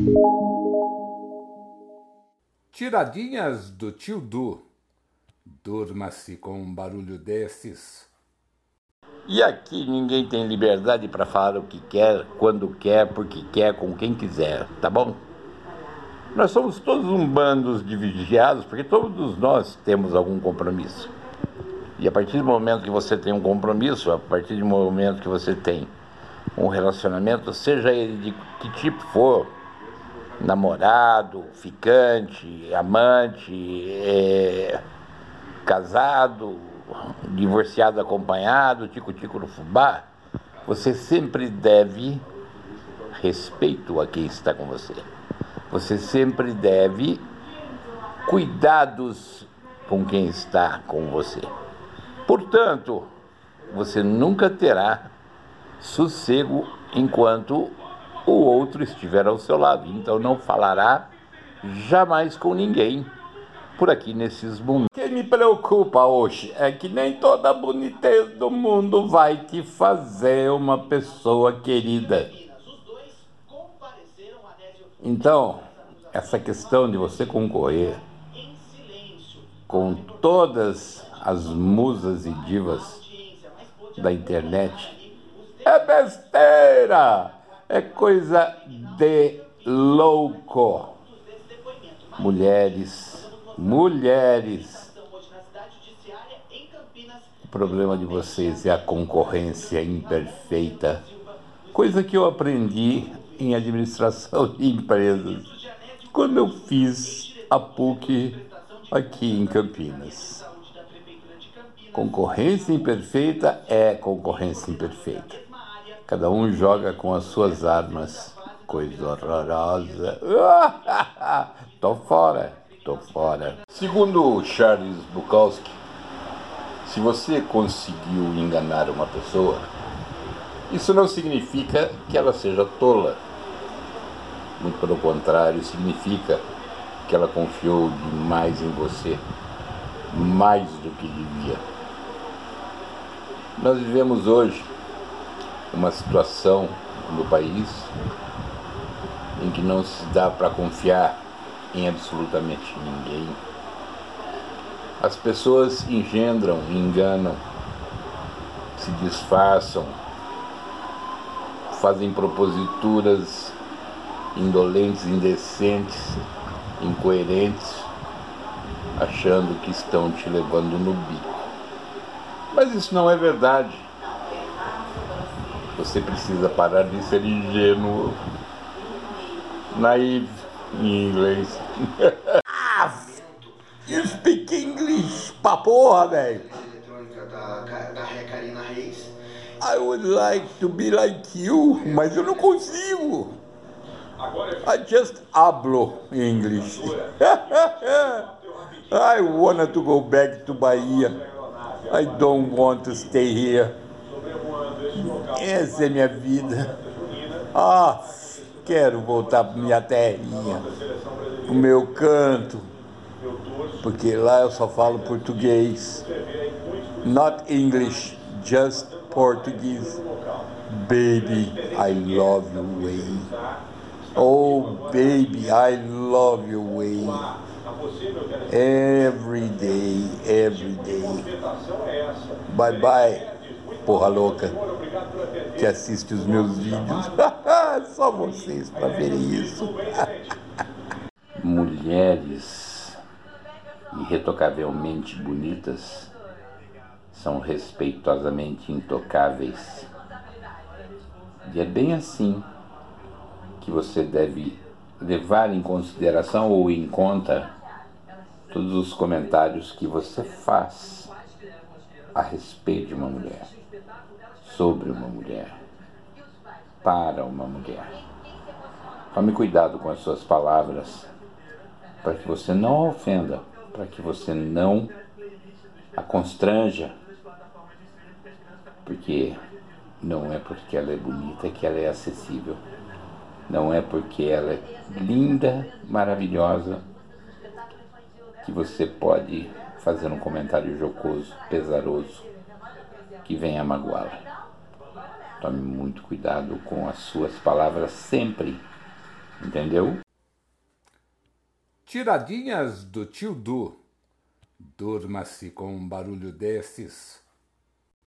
Tiradinhas do tio Du. Durma-se com um barulho desses. E aqui ninguém tem liberdade para falar o que quer, quando quer, porque quer, com quem quiser, tá bom? Nós somos todos um bando de vigiados, porque todos nós temos algum compromisso. E a partir do momento que você tem um compromisso, a partir do momento que você tem um relacionamento, seja ele de que tipo for, namorado, ficante, amante, casado, divorciado acompanhado, tico-tico no fubá, você sempre deve respeito a quem está com você. Você sempre deve cuidados com quem está com você. Portanto, você nunca terá sossego enquanto o outro estiver ao seu lado. Então não falará jamais com ninguém por aqui nesses mundos. O que me preocupa hoje é que nem toda a boniteza do mundo vai te fazer uma pessoa querida. Então, essa questão de você concorrer com todas as musas e divas da internet é besteira, é coisa de louco. Mulheres, o problema de vocês é a concorrência imperfeita, coisa que eu aprendi em administração de empresas quando eu fiz a PUC aqui em Campinas. Concorrência imperfeita é concorrência imperfeita. Cada um joga com as suas armas. Coisa horrorosa. Tô fora. Segundo Charles Bukowski, se você conseguiu enganar uma pessoa, isso não significa que ela seja tola. Muito pelo contrário, significa que ela confiou demais em você, mais do que devia. Nós vivemos hoje uma situação no país em que não se dá para confiar em absolutamente ninguém. As pessoas engendram, enganam, se disfarçam, fazem proposituras indolentes, indecentes, incoerentes, achando que estão te levando no bico. Mas isso não é verdade. Você precisa parar de ser ingênuo. Naive em inglês. You speak English pra porra, velho. I would like to be like you, mas eu não consigo. I just hablo English. I wanted to go back to Bahia. I don't want to stay here. Essa é minha vida. Quero voltar para minha terrinha, pro meu canto, porque lá eu só falo português. Not English, just Portuguese. Baby, I love your way. Oh, baby, I love your way. Every day, every day. Bye bye, porra louca, que assiste os meus vídeos. Só vocês para verem isso. Mulheres irretocavelmente bonitas são respeitosamente intocáveis. E é bem assim que você deve levar em consideração ou em conta todos os comentários que você faz a respeito de uma mulher, sobre uma mulher, para uma mulher. Tome cuidado com as suas palavras, para que você não a ofenda, para que você não a constranja, porque não é porque ela é bonita que ela é acessível, não é porque ela é linda, maravilhosa, que você pode fazer um comentário jocoso, pesaroso, que venha magoá-la. Tome muito cuidado com as suas palavras sempre, Entendeu? Tiradinhas do tio Du. Durma-se com um barulho desses.